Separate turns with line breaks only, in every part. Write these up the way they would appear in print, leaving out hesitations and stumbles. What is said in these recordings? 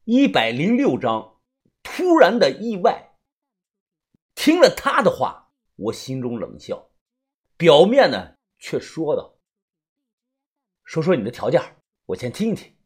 106章，突然的意外。听了他的话，我心中冷笑，表面呢却说道：“说说你的条件，我先听一听。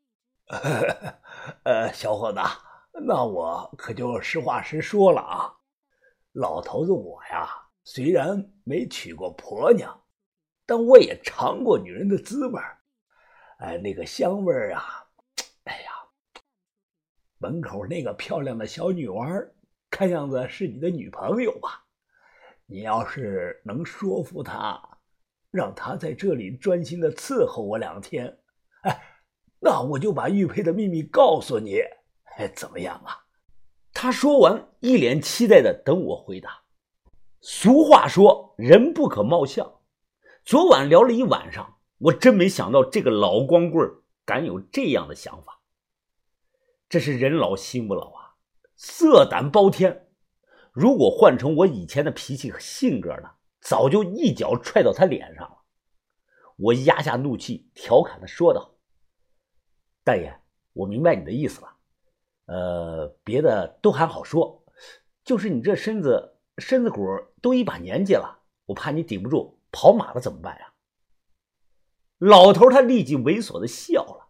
小伙子，那我可就实话实说了啊。老头子我呀，虽然没娶过婆娘，但我也尝过女人的滋味。那个香味儿啊，哎呀，门口那个漂亮的小女娃，看样子是你的女朋友吧？你要是能说服她，让她在这里专心的伺候我2天，那我就把玉佩的秘密告诉你，怎么样啊？
他说完，一脸期待的等我回答。俗话说，人不可貌相。昨晚聊了一晚上，我真没想到这个老光棍敢有这样的想法。这是人老心不老啊，色胆包天。如果换成我以前的脾气和性格呢，早就一脚踹到他脸上了。我压下怒气，调侃地说道：“大爷，我明白你的意思了。别的都还好说，就是你这身子骨都一把年纪了，我怕你顶不住，跑马了怎么办呀？”老头他立即猥琐地笑了。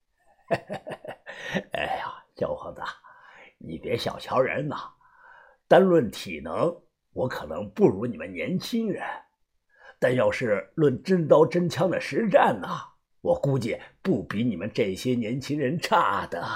哎呀，小伙子，你别小瞧人呐，单论体能，我可能不如你们年轻人，但要是论真刀真枪的实战呢，我估计不比你们这些年轻人差的。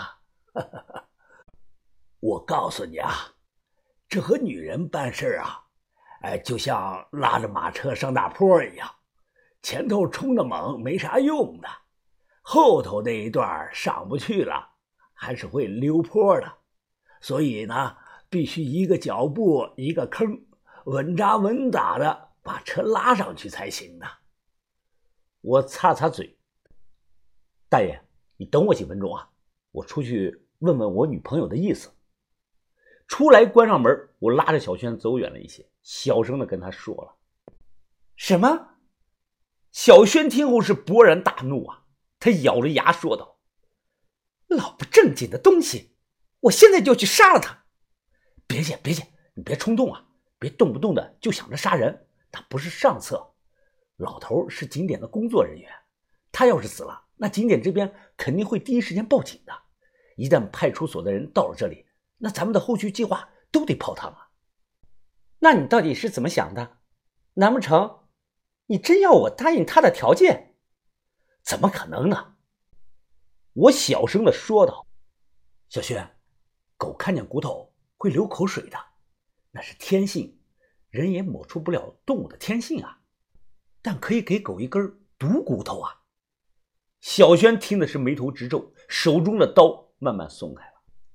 我告诉你啊，这和女人办事啊，就像拉着马车上大坡一样，前头冲得猛没啥用的，后头那一段上不去了，还是会溜坡的。所以呢，必须一个脚步一个坑，稳扎稳打的把车拉上去才行的。
我擦擦嘴，大爷，你等我几分钟啊，我出去问问我女朋友的意思。出来关上门，我拉着小轩走远了一些，小声的跟他说了。什么？小轩听后是勃然大怒啊，他咬着牙说道：“老不正经的东西，我现在就去杀了他！”别介，你别冲动啊，别动不动的就想着杀人，那不是上策。老头是景点的工作人员，他要是死了，那景点这边肯定会第一时间报警的。一旦派出所的人到了这里，那咱们的后续计划都得泡汤啊。那你到底是怎么想的？难不成你真要我答应他的条件？怎么可能呢？我小声的说道。小轩，狗看见骨头会流口水的，那是天性，人也抹除不了动物的天性啊，但可以给狗一根毒骨头啊。小轩听的是眉头直皱，手中的刀慢慢松开了。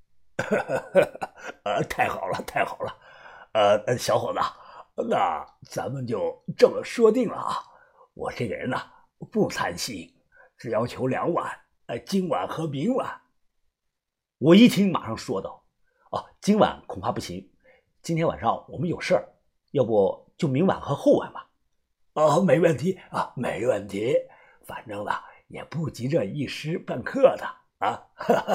太好了，太好了。小伙子，那咱们就这么说定了啊。我这个人呢，不贪心，只要求2晚，今晚和明晚。
我一听马上说道：“今晚恐怕不行，今天晚上我们有事儿，要不就明晚和后晚吧。”
没问题啊，没问题，反正呢也不急着一时半刻的啊。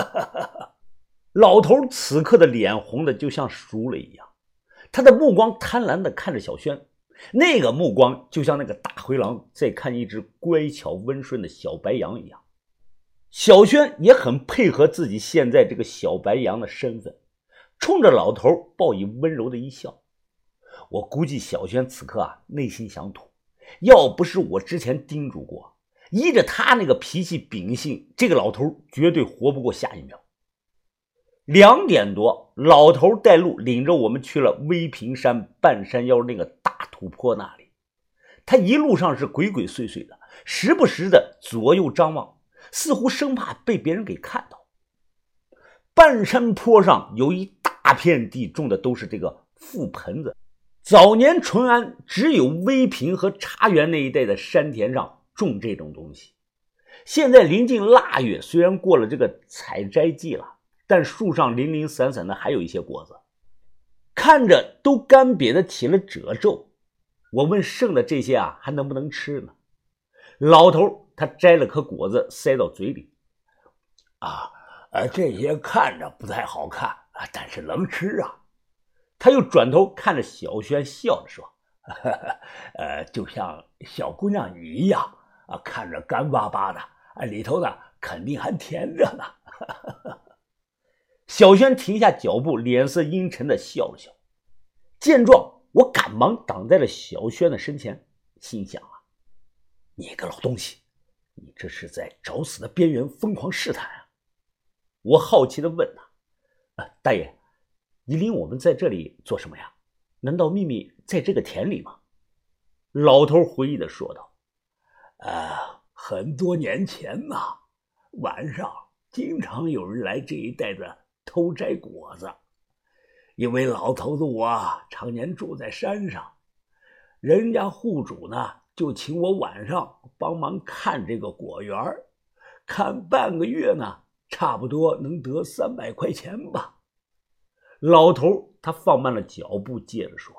老头此刻的脸红的就像熟了一样，他的目光贪婪的看着小轩，那个目光就像那个大灰狼在看一只乖巧温顺的小白羊一样。小轩也很配合自己现在这个小白羊的身份，冲着老头报以温柔的一笑。我估计小轩此刻啊内心想吐，要不是我之前叮嘱过，依着他那个脾气秉性，这个老头绝对活不过下一秒。2点多，老头带路领着我们去了威平山半山腰那个大土坡那里。他一路上是鬼鬼祟祟的，时不时的左右张望，似乎生怕被别人给看到。半山坡上有一大片地种的都是这个覆盆子，早年淳安只有威平和茶园那一带的山田上种这种东西。现在临近腊月，虽然过了这个采摘季了，但树上零零散散的还有一些果子，看着都干瘪的起了褶皱。我问剩的这些啊还能不能吃呢？老头他摘了颗果子塞到嘴里。
这些看着不太好看啊，但是能吃啊。
他又转头看着小轩，笑着说：“
就像小姑娘你一样啊，看着干巴巴的，里头呢肯定还甜着呢。”
小轩停下脚步，脸色阴沉的笑了笑。见状，我赶忙挡在了小轩的身前，心想啊，你个老东西，你这是在找死的边缘疯狂试探啊！我好奇的问他：“大爷，你领我们在这里做什么呀？难道秘密在这个田里吗？”老头回忆的说道：“
很多年前呐，晚上经常有人来这一带的偷摘果子。因为老头子我常年住在山上，人家户主呢就请我晚上帮忙看这个果园，看半个月呢，差不多能得300块钱吧。”
老头他放慢了脚步，接着说：“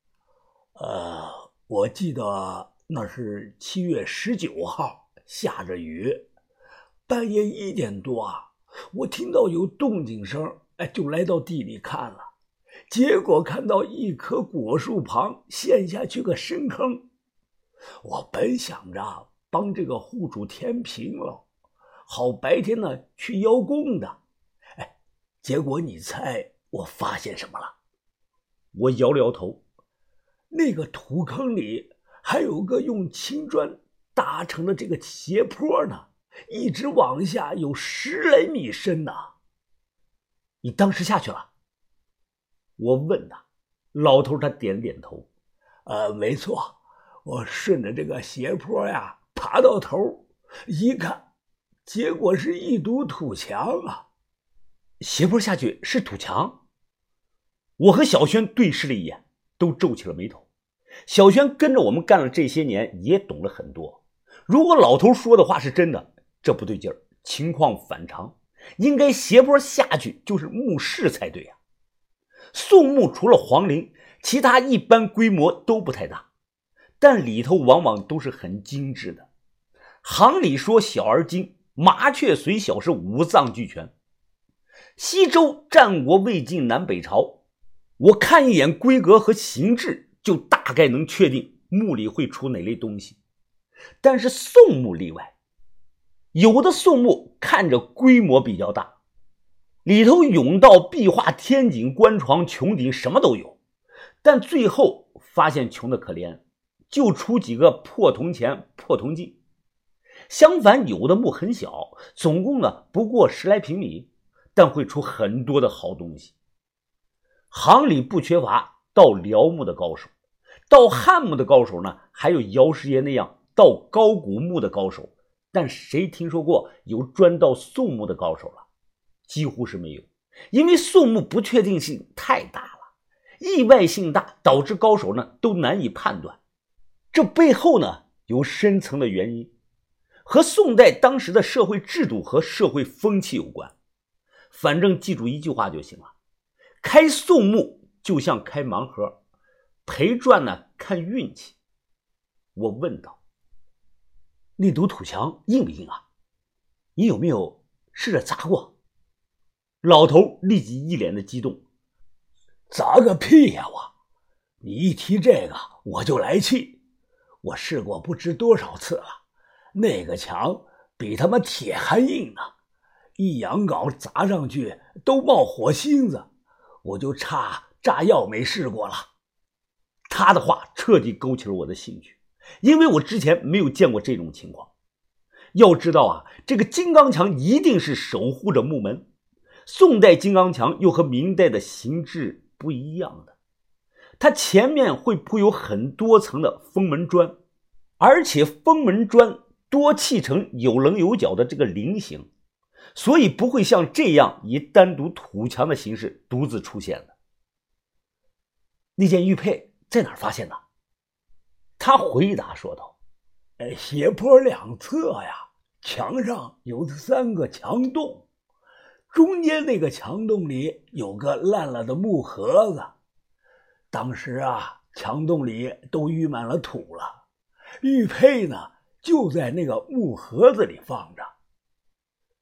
我记得那是7月19号，下着雨，半夜1点多啊，我听到有动静声，就来到地里看了。结果看到一棵果树旁陷下去个深坑，我本想着帮这个户主填平了，好白天呢去邀功的。结果你猜我发现什么了？”
我摇了摇头。
那个土坑里还有个用青砖搭成的这个斜坡呢，一直往下有10来米深呢。
你当时下去了？我问他。老头他点了点头。
没错，我顺着这个斜坡呀爬到头，一看，结果是一堵土墙啊。
斜坡下去是土墙？我和小轩对视了一眼，都皱起了眉头。小轩跟着我们干了这些年，也懂了很多。如果老头说的话是真的，这不对劲儿，情况反常，应该斜坡下去就是墓室才对啊。宋墓除了皇陵，其他一般规模都不太大，但里头往往都是很精致的。行里说小而精，麻雀虽小是五脏俱全。西周战国魏晋南北朝，我看一眼规格和形制，就大概能确定墓里会出哪类东西。但是宋墓例外，有的宋墓看着规模比较大，里头甬道、壁画、天井、棺床、穹顶什么都有，但最后发现穷的可怜，就出几个破铜钱、破铜镜。相反，有的墓很小，总共呢不过10来平米，但会出很多的好东西。行里不缺乏盗辽墓的高手，盗汉墓的高手呢，还有姚师爷那样盗高古墓的高手，但谁听说过有专盗宋墓的高手了？几乎是没有，因为宋墓不确定性太大了，意外性大，导致高手呢都难以判断。这背后呢有深层的原因，和宋代当时的社会制度和社会风气有关。反正记住一句话就行了，开宋墓就像开盲盒，赔赚呢看运气。我问道：“那堵土墙硬不硬啊？你有没有试着砸过？”老头立即一脸的激动：“
砸个屁呀！你一提这个我就来气。我试过不知多少次了，那个墙比他妈铁还硬呢，一羊镐砸上去都冒火星子，我就差炸药没试过了。”
他的话彻底勾起了我的兴趣，因为我之前没有见过这种情况。要知道啊，这个金刚墙一定是守护着墓门，宋代金刚墙又和明代的形制不一样的，它前面会铺有很多层的封门砖，而且封门砖多砌成有棱有角的这个菱形，所以不会像这样以单独土墙的形式独自出现的。那件玉佩在哪儿发现的？他回答说道：“
斜坡两侧呀，墙上有3个墙洞，中间那个墙洞里有个烂了的木盒子。当时啊，墙洞里都淤满了土了，玉佩呢就在那个木盒子里放着。”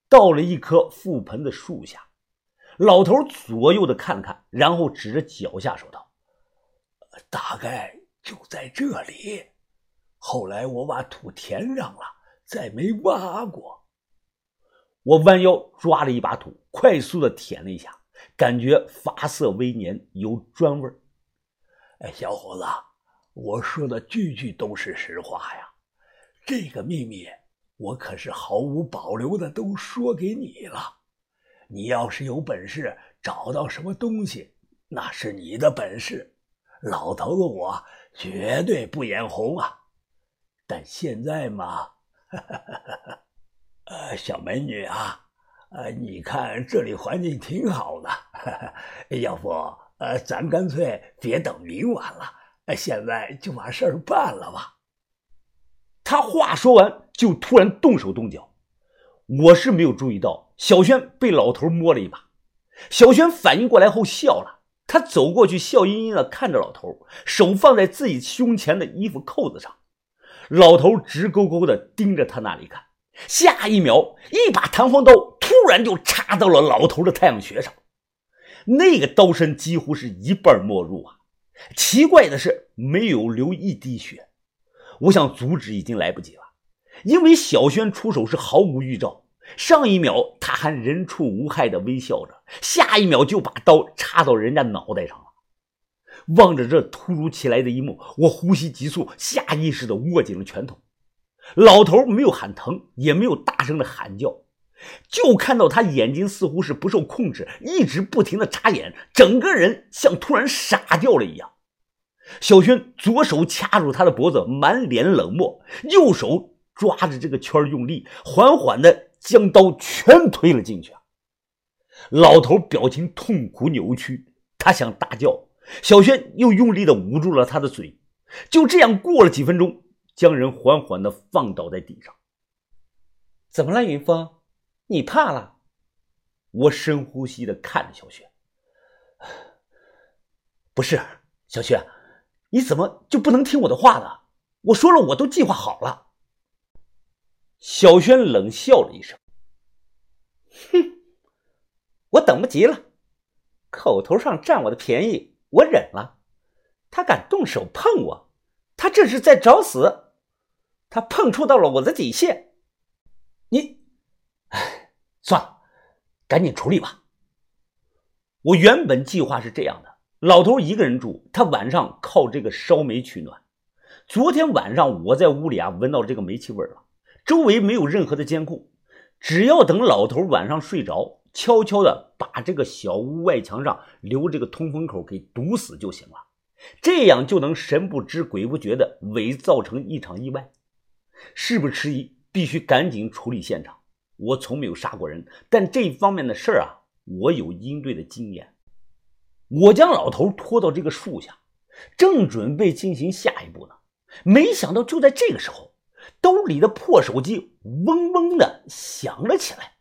到了一棵覆盆的树下，老头左右的看了看，然后指着脚下说道：“
大概就在这里。后来我把土填上了，再没挖过。”
我弯腰抓了一把土，快速的舔了一下，感觉发色微黏，有砖味。
小伙子，我说的句句都是实话呀。这个秘密我可是毫无保留的都说给你了。你要是有本事找到什么东西，那是你的本事，老头子我绝对不眼红啊。但现在嘛，小美女啊，你看这里环境挺好的，要不咱干脆别等明晚了，现在就把事儿办了吧。
他话说完就突然动手动脚，我是没有注意到小轩被老头摸了一把。小轩反应过来后笑了，他走过去笑吟吟地看着老头，手放在自己胸前的衣服扣子上。老头直勾勾地盯着他那里看，下一秒一把弹簧刀突然就插到了老头的太阳穴上，那个刀身几乎是一半没入啊！奇怪的是没有流一滴血，我想阻止已经来不及了，因为小轩出手是毫无预兆，上一秒他还人畜无害的微笑着，下一秒就把刀插到人家脑袋上了。望着这突如其来的一幕，我呼吸急促，下意识地握紧了拳头。老头没有喊疼，也没有大声的喊叫，就看到他眼睛似乎是不受控制，一直不停地眨眼，整个人像突然傻掉了一样。小轩左手掐住他的脖子，满脸冷漠，右手抓着这个圈用力，缓缓地将刀全推了进去。老头表情痛苦扭曲，他想大叫，小轩又用力地捂住了他的嘴。就这样过了几分钟，将人缓缓地放倒在地上。怎么了，云峰？你怕了？我深呼吸地看着小轩。不是，小轩，你怎么就不能听我的话呢？我说了，我都计划好了。小轩冷笑了一声，哼，我等不及了，口头上占我的便宜我忍了，他敢动手碰我，他这是在找死，他碰触到了我的底线。算了，赶紧处理吧。我原本计划是这样的，老头一个人住，他晚上靠这个烧煤取暖。昨天晚上我在屋里闻到这个煤气味了，周围没有任何的监控，只要等老头晚上睡着，悄悄的把这个小屋外墙上留这个通风口给堵死就行了，这样就能神不知鬼不觉的伪造成一场意外。事不迟疑，必须赶紧处理现场。我从没有杀过人，但这方面的事儿我有应对的经验。我将老头拖到这个树下，正准备进行下一步呢，没想到就在这个时候，兜里的破手机嗡嗡的响了起来。